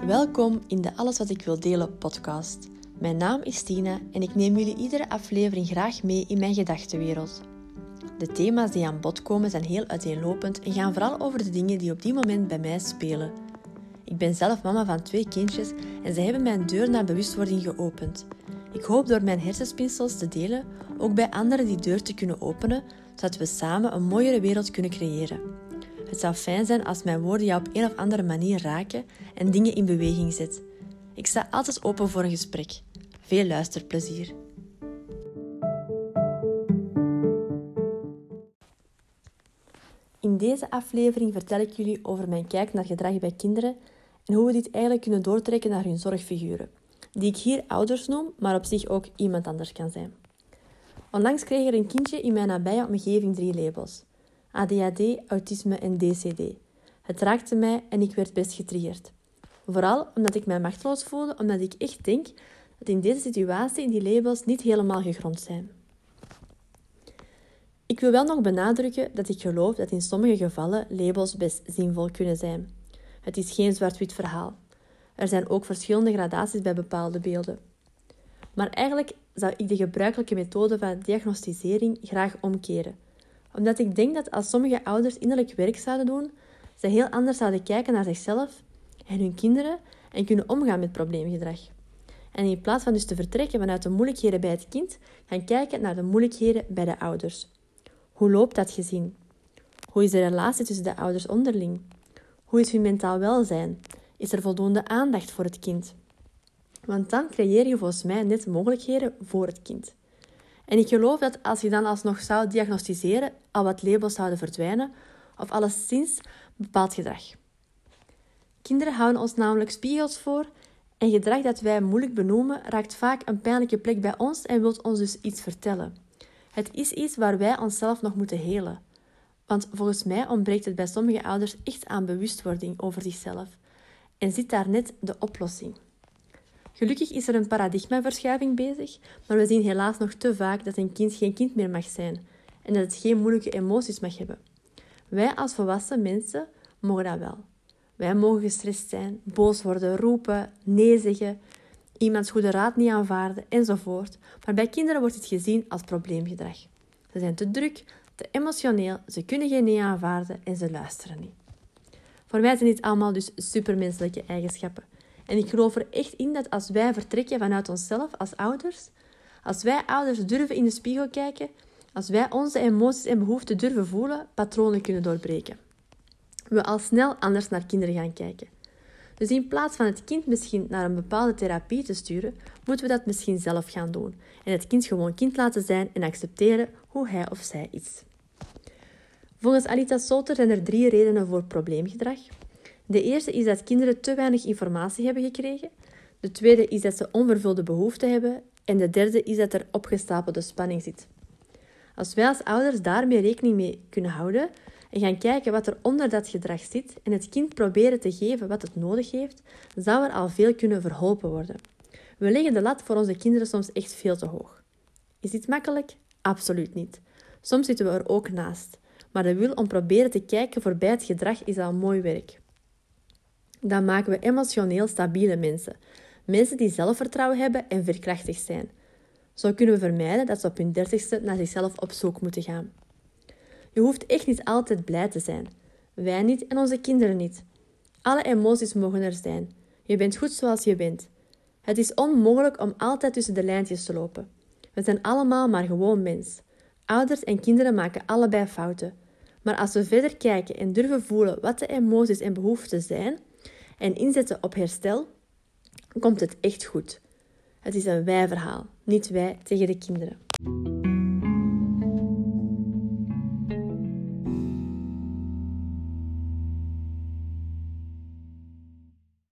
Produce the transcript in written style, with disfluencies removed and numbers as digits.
Welkom in de Alles wat ik wil delen podcast. Mijn naam is Tina en ik neem jullie iedere aflevering graag mee in mijn gedachtenwereld. De thema's die aan bod komen zijn heel uiteenlopend en gaan vooral over de dingen die op die moment bij mij spelen. Ik ben zelf mama van 2 kindjes en ze hebben mijn deur naar bewustwording geopend. Ik hoop door mijn hersenspinsels te delen ook bij anderen die deur te kunnen openen, zodat we samen een mooiere wereld kunnen creëren. Het zou fijn zijn als mijn woorden jou op een of andere manier raken en dingen in beweging zet. Ik sta altijd open voor een gesprek. Veel luisterplezier. In deze aflevering vertel ik jullie over mijn kijk naar gedrag bij kinderen en hoe we dit eigenlijk kunnen doortrekken naar hun zorgfiguren, die ik hier ouders noem, maar op zich ook iemand anders kan zijn. Onlangs kreeg er een kindje in mijn nabije omgeving 3 labels. ADHD, autisme en DCD. Het raakte mij en ik werd best getriggerd. Vooral omdat ik mij machteloos voelde, omdat ik echt denk dat in deze situatie die labels niet helemaal gegrond zijn. Ik wil wel nog benadrukken dat ik geloof dat in sommige gevallen labels best zinvol kunnen zijn. Het is geen zwart-wit verhaal. Er zijn ook verschillende gradaties bij bepaalde beelden. Maar eigenlijk zou ik de gebruikelijke methode van diagnosticering graag omkeren. Omdat ik denk dat als sommige ouders innerlijk werk zouden doen, ze heel anders zouden kijken naar zichzelf en hun kinderen en kunnen omgaan met probleemgedrag. En in plaats van dus te vertrekken vanuit de moeilijkheden bij het kind, gaan kijken naar de moeilijkheden bij de ouders. Hoe loopt dat gezin? Hoe is de relatie tussen de ouders onderling? Hoe is hun mentaal welzijn? Is er voldoende aandacht voor het kind? Want dan creëer je volgens mij net mogelijkheden voor het kind. En ik geloof dat als je dan alsnog zou diagnosticeren, al wat labels zouden verdwijnen, of alleszins bepaald gedrag. Kinderen houden ons namelijk spiegels voor en gedrag dat wij moeilijk benoemen raakt vaak een pijnlijke plek bij ons en wilt ons dus iets vertellen. Het is iets waar wij onszelf nog moeten helen. Want volgens mij ontbreekt het bij sommige ouders echt aan bewustwording over zichzelf en zit daar net de oplossing. Gelukkig is er een paradigmaverschuiving bezig, maar we zien helaas nog te vaak dat een kind geen kind meer mag zijn en dat het geen moeilijke emoties mag hebben. Wij als volwassen mensen mogen dat wel. Wij mogen gestrest zijn, boos worden, roepen, nee zeggen, iemands goede raad niet aanvaarden enzovoort. Maar bij kinderen wordt het gezien als probleemgedrag. Ze zijn te druk, te emotioneel, ze kunnen geen nee aanvaarden en ze luisteren niet. Voor mij zijn dit allemaal dus supermenselijke eigenschappen. En ik geloof er echt in dat als wij vertrekken vanuit onszelf als ouders, als wij ouders durven in de spiegel kijken, als wij onze emoties en behoeften durven voelen, patronen kunnen doorbreken. We al snel anders naar kinderen gaan kijken. Dus in plaats van het kind misschien naar een bepaalde therapie te sturen, moeten we dat misschien zelf gaan doen. En het kind gewoon kind laten zijn en accepteren hoe hij of zij is. Volgens Alita Solter zijn er 3 redenen voor probleemgedrag. De eerste is dat kinderen te weinig informatie hebben gekregen. De tweede is dat ze onvervulde behoeften hebben. En de derde is dat er opgestapelde spanning zit. Als wij als ouders daarmee rekening mee kunnen houden en gaan kijken wat er onder dat gedrag zit en het kind proberen te geven wat het nodig heeft, zou er al veel kunnen verholpen worden. We leggen de lat voor onze kinderen soms echt veel te hoog. Is dit makkelijk? Absoluut niet. Soms zitten we er ook naast. Maar de wil om proberen te kijken voorbij het gedrag is al mooi werk. Dan maken we emotioneel stabiele mensen. Mensen die zelfvertrouwen hebben en veerkrachtig zijn. Zo kunnen we vermijden dat ze op hun 30ste naar zichzelf op zoek moeten gaan. Je hoeft echt niet altijd blij te zijn. Wij niet en onze kinderen niet. Alle emoties mogen er zijn. Je bent goed zoals je bent. Het is onmogelijk om altijd tussen de lijntjes te lopen. We zijn allemaal maar gewoon mens. Ouders en kinderen maken allebei fouten. Maar als we verder kijken en durven voelen wat de emoties en behoeften zijn en inzetten op herstel, komt het echt goed. Het is een wij-verhaal, niet wij tegen de kinderen.